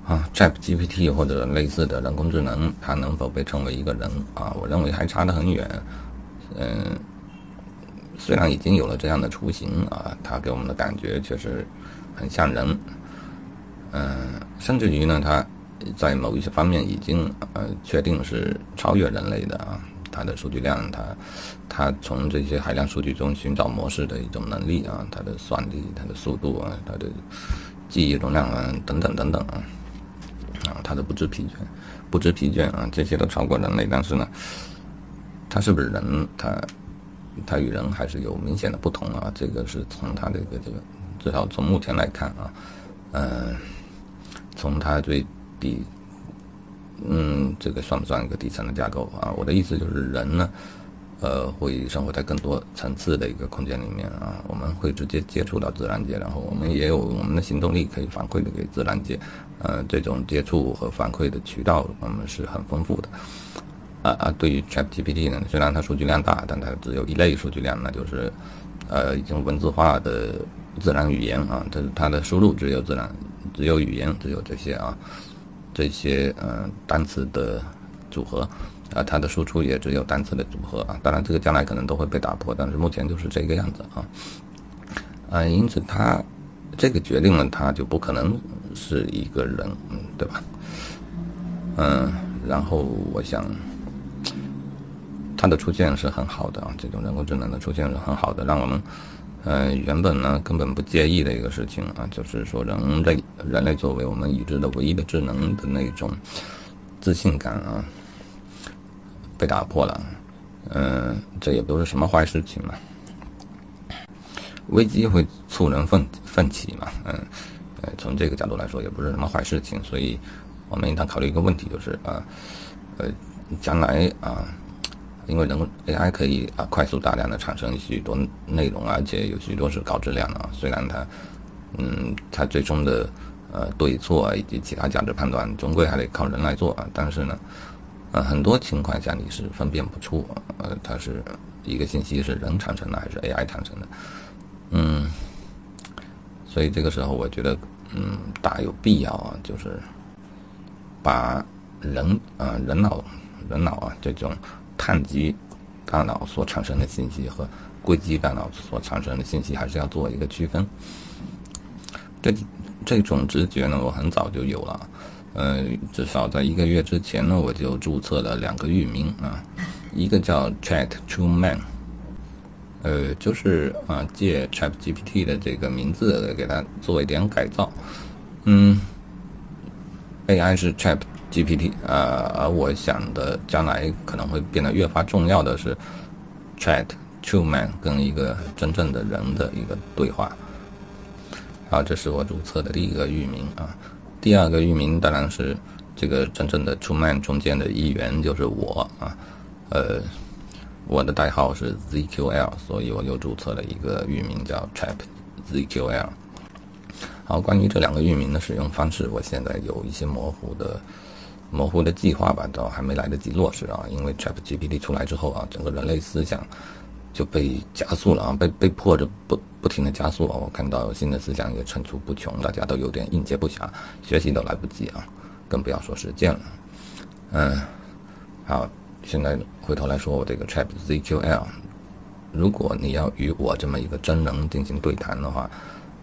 ChatGPT 或者类似的人工智能，它能否被称为一个人啊？我认为还差得很远。虽然已经有了这样的雏形啊，它给我们的感觉确实很像人。甚至于呢，它在某一些方面已经确定是超越人类的啊。它的数据量，它从这些海量数据中寻找模式的一种能力啊，它的算力、它的速度啊、它的记忆容量啊等等等等啊，它的不知疲倦啊，这些都超过人类。但是呢，它是不是人？它与人还是有明显的不同啊。这个是从它这个至少从目前来看啊，从它最底。这个算不算一个底层的架构啊？我的意思就是人呢，会生活在更多层次的一个空间里面啊，我们会直接接触到自然界，然后我们也有我们的行动力可以反馈的给自然界，这种接触和反馈的渠道我们是很丰富的。对于 ChatGPT 呢，虽然它数据量大，但它只有一类数据量，那就是已经文字化的自然语言啊，它的输入只有语言，只有这些啊。这些单词的组合它的输出也只有单词的组合啊。当然，这个将来可能都会被打破，但是目前就是这个样子啊。因此它这个决定了它就不可能是一个人，对吧？然后我想它的出现是很好的啊，这种人工智能的出现是很好的，让我们原本呢根本不介意的一个事情啊，就是说人类作为我们已知的唯一的智能的那种自信感啊，被打破了。这也不是什么坏事情嘛。危机会促人奋起嘛，从这个角度来说也不是什么坏事情。所以我们应当考虑一个问题，就是将来因为AI 可以快速大量的产生许多内容，而且有许多是高质量的。虽然它最终的对错以及其他价值判断终归还得靠人来做但是呢，很多情况下你是分辨不出它是一个信息是人产生的还是 AI 产生的。所以这个时候我觉得大有必要就是把人脑这种碳基大脑所产生的信息和硅基大脑所产生的信息还是要做一个区分。这种直觉呢，我很早就有了，至少在1个月之前呢，我就注册了2个域名一个叫 Chat2Man，就是借 ChatGPT 的这个名字给它做一点改造。AI 是 ChatGPT而我想的将来可能会变得越发重要的是 Chat2Man 跟一个真正的人的一个对话。这是我注册的第1个域名第2个域名当然是这个真正的 2Man 中间的一员，就是我我的代号是 ZQL， 所以我又注册了一个域名叫 ChatZQL。好，关于这2个域名的使用方式，我现在有一些模糊的计划吧，都还没来得及落实因为 ChatGPT 出来之后整个人类思想就被加速了被迫着不停的加速我看到新的思想也层出不穷，大家都有点应接不暇，学习都来不及更不要说实践了。好，现在回头来说我这个 ChatZQL， 如果你要与我这么一个真人进行对谈的话，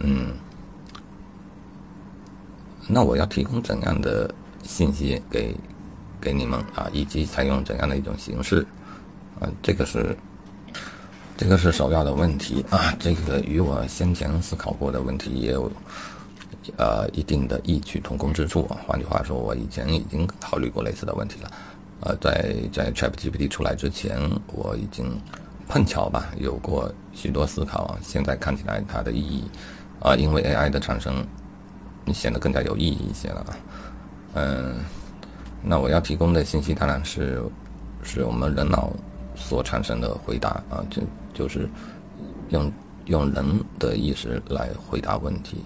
那我要提供怎样的信息给你们以及采用怎样的一种形式这个是首要的问题这个与我先前思考过的问题也有一定的异曲同工之处换句话说，我以前已经考虑过类似的问题了在 ChatGPT 出来之前，我已经碰巧吧有过许多思考现在看起来它的意义因为 AI 的产生显得更加有意义一些了那我要提供的信息当然是我们人脑所产生的回答就是用人的意识来回答问题。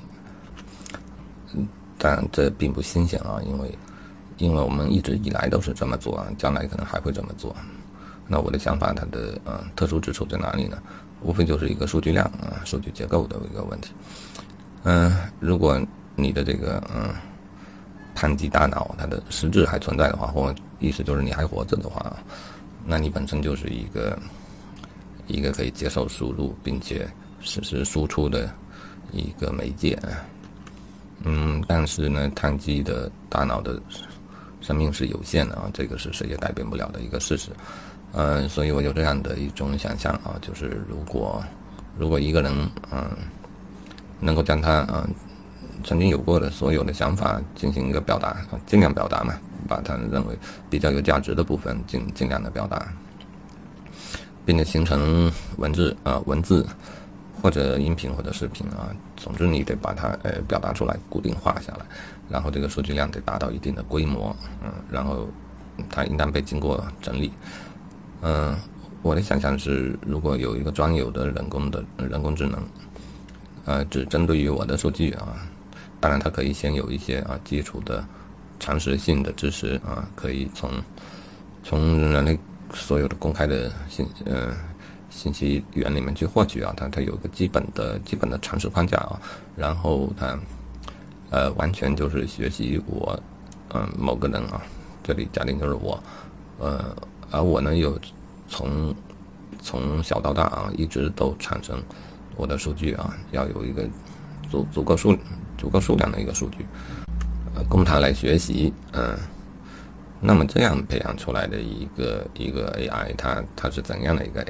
但这并不新鲜因为我们一直以来都是这么做将来可能还会这么做。那我的想法它的特殊之处在哪里呢？无非就是一个数据量数据结构的一个问题。如果你的这个碳基大脑它的实质还存在的话，或意思就是你还活着的话，那你本身就是一个可以接受输入并且实时输出的一个媒介。但是呢，碳基的大脑的生命是有限的啊，这个是谁也改变不了的一个事实。所以我有这样的一种想象啊，就是如果一个人能够将他曾经有过的所有的想法进行一个表达，尽量表达嘛，把他认为比较有价值的部分尽量的表达，并且形成文字或者音频或者视频啊，总之你得把它表达出来，固定化下来，然后这个数据量得达到一定的规模，然后它应当被经过整理。我的想象是，如果有一个专有的人工智能，只针对于我的数据啊，当然它可以先有一些基础的常识性的知识啊，可以从人类所有的公开的信息源里面去获取啊，它有一个基本的常识框架啊，然后它完全就是学习我某个人啊，这里假定就是我而我呢又从小到大啊一直都产生我的数据啊，要有一个足够数量的一个数据供它来学习。那么这样培养出来的一个 AI， 它是怎样的一个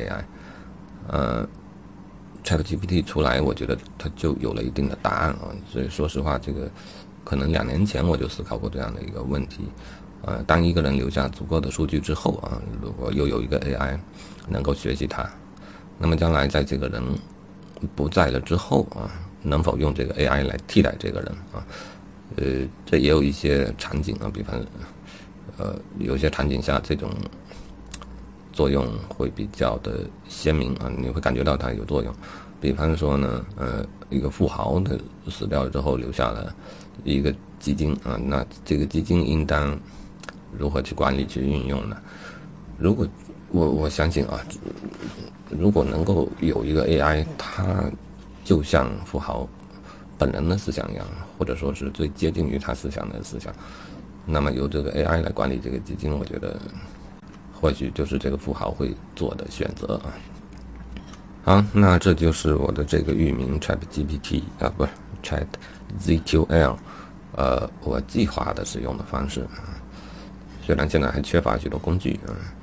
AI？ChatGPT 出来，我觉得它就有了一定的答案啊。所以说实话，这个可能2年前我就思考过这样的一个问题。当一个人留下足够的数据之后啊，如果又有一个 AI 能够学习它，那么将来在这个人不在了之后啊，能否用这个 AI 来替代这个人啊？这也有一些场景啊，比方有些场景下这种作用会比较的鲜明啊，你会感觉到它有作用。比方说呢，一个富豪的死掉之后留下了一个基金啊，那这个基金应当如何去管理去运用呢？如果我相信啊，如果能够有一个 AI， 它就像富豪本人的思想一样，或者说是最接近于他思想的思想，那么由这个 AI 来管理这个基金，我觉得或许就是这个富豪会做的选择啊。好，那这就是我的这个域名 ChatGPT 不是 ChatZQL， 我计划的使用的方式。虽然现在还缺乏许多工具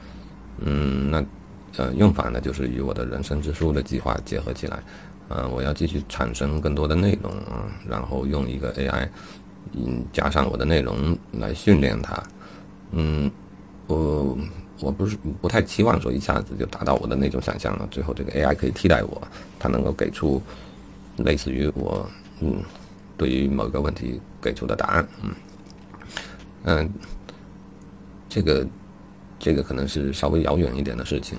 用法呢就是与我的人生之书的计划结合起来。我要继续产生更多的内容然后用一个 AI，加上我的内容来训练它。我不太期望说一下子就达到我的那种想象了，最后这个 AI 可以替代我，它能够给出类似于我对于某个问题给出的答案。这个可能是稍微遥远一点的事情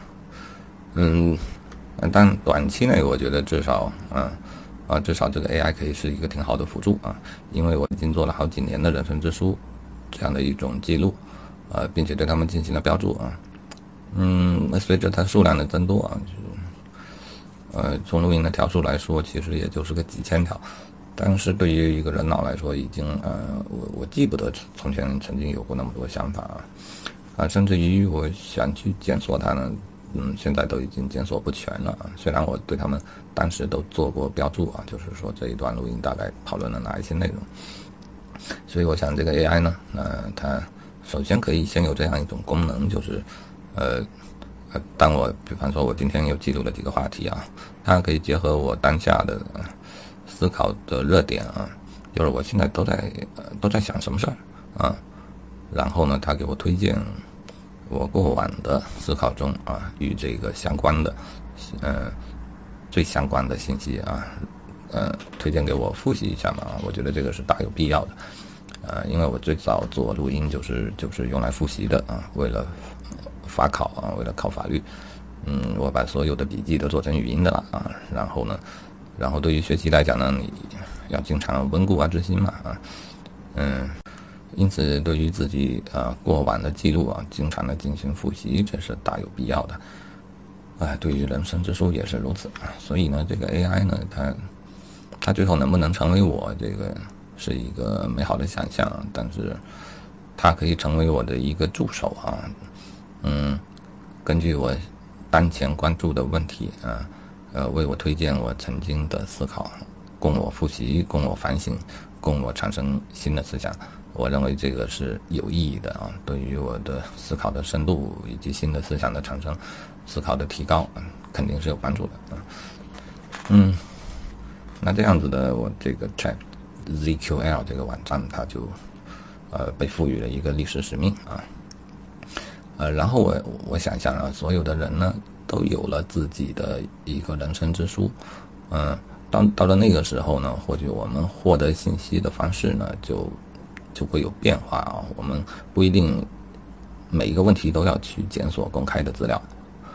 但短期内我觉得至少这个 AI 可以是一个挺好的辅助因为我已经做了好几年的人生之书这样的一种记录并且对他们进行了标注随着它数量的增多从录音的条数来说，其实也就是个几千条，但是对于一个人脑来说，已经我记不得从前曾经有过那么多想法甚至于我想去检索它呢，现在都已经检索不全了虽然我对他们当时都做过标注就是说这一段录音大概讨论了哪一些内容，所以我想这个 AI 呢，它首先可以先有这样一种功能，就是当我比方说我今天又记录了几个话题它可以结合我当下的思考的热点就是我现在都在想什么事儿然后呢，它给我推荐我过往的思考中与这个相关的最相关的信息推荐给我复习一下嘛我觉得这个是大有必要的因为我最早做录音就是用来复习的为了法考为了考法律我把所有的笔记都做成语音的了然后对于学习来讲呢，你要经常温故知新嘛因此对于自己过往的记录经常的进行复习，这是大有必要的对于人生之书也是如此所以呢这个 AI 呢它最后能不能成为我这个是一个美好的想象，但是它可以成为我的一个助手啊。根据我当前关注的问题为我推荐我曾经的思考，供我复习，供我反省，供我产生新的思想。我认为这个是有意义的啊，对于我的思考的深度以及新的思想的产生、思考的提高，肯定是有帮助的啊。那这样子的，我这个 ChatZQL 这个网站，它就被赋予了一个历史使命啊。然后我想象啊，所有的人呢都有了自己的一个人生之书，到了那个时候呢，或许我们获得信息的方式呢就会有变化啊。我们不一定每一个问题都要去检索公开的资料，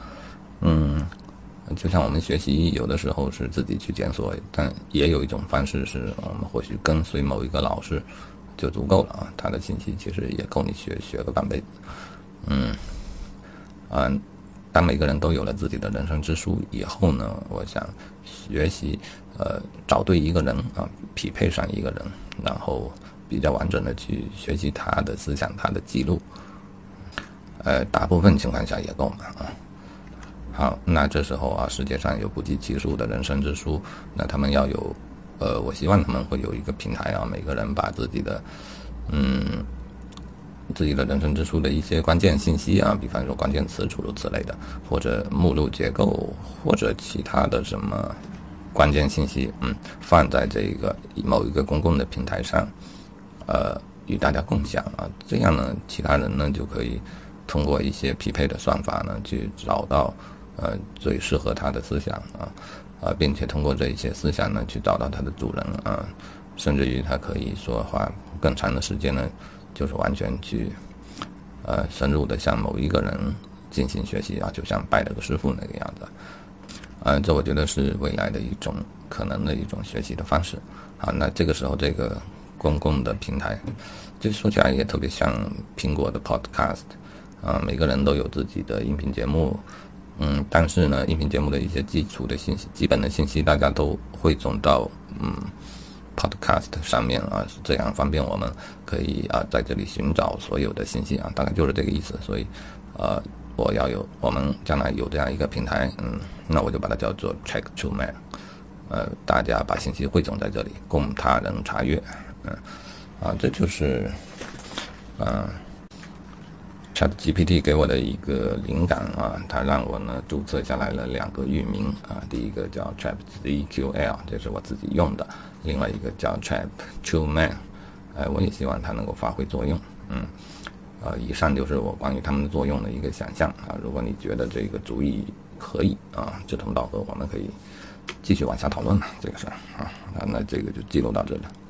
就像我们学习有的时候是自己去检索，但也有一种方式是我们或许跟随某一个老师就足够了啊，他的信息其实也够你学个半辈子。当每个人都有了自己的人生之书以后呢，我想学习找对一个人啊，匹配上一个人，然后比较完整的去学习他的思想，他的记录，大部分情况下也够嘛啊。好，那这时候啊，世界上有不计其数的人生之书，那他们要有我希望他们会有一个平台啊，每个人把自己的人生之书的一些关键信息啊，比方说关键词诸如此类的，或者目录结构，或者其他的什么关键信息，放在这个某一个公共的平台上，与大家共享啊，这样呢，其他人呢就可以通过一些匹配的算法呢，去找到最适合他的思想并且通过这一些思想呢，去找到他的主人啊，甚至于他可以说花更长的时间呢，就是完全去深入的向某一个人进行学习啊，就像拜了个师傅那个样子这我觉得是未来的一种可能的一种学习的方式。好，那这个时候这个公共的平台，这说起来也特别像苹果的 Podcast 每个人都有自己的音频节目，但是呢，音频节目的一些基础的信息、基本的信息，大家都汇总到Podcast 上面啊，这样方便我们可以在这里寻找所有的信息大概就是这个意思。所以我们将来有这样一个平台，那我就把它叫做 Check to Man，大家把信息汇总在这里，供他人查阅，这就是ChatGPT 给我的一个灵感它让我呢注册下来了2个域名第一个叫 ChatZQL， 这是我自己用的，另外一个叫 Chat2Man，我也希望它能够发挥作用。以上就是我关于它们的作用的一个想象如果你觉得这个主意可以志同道合，我们可以继续往下讨论这个事儿那这个就记录到这里。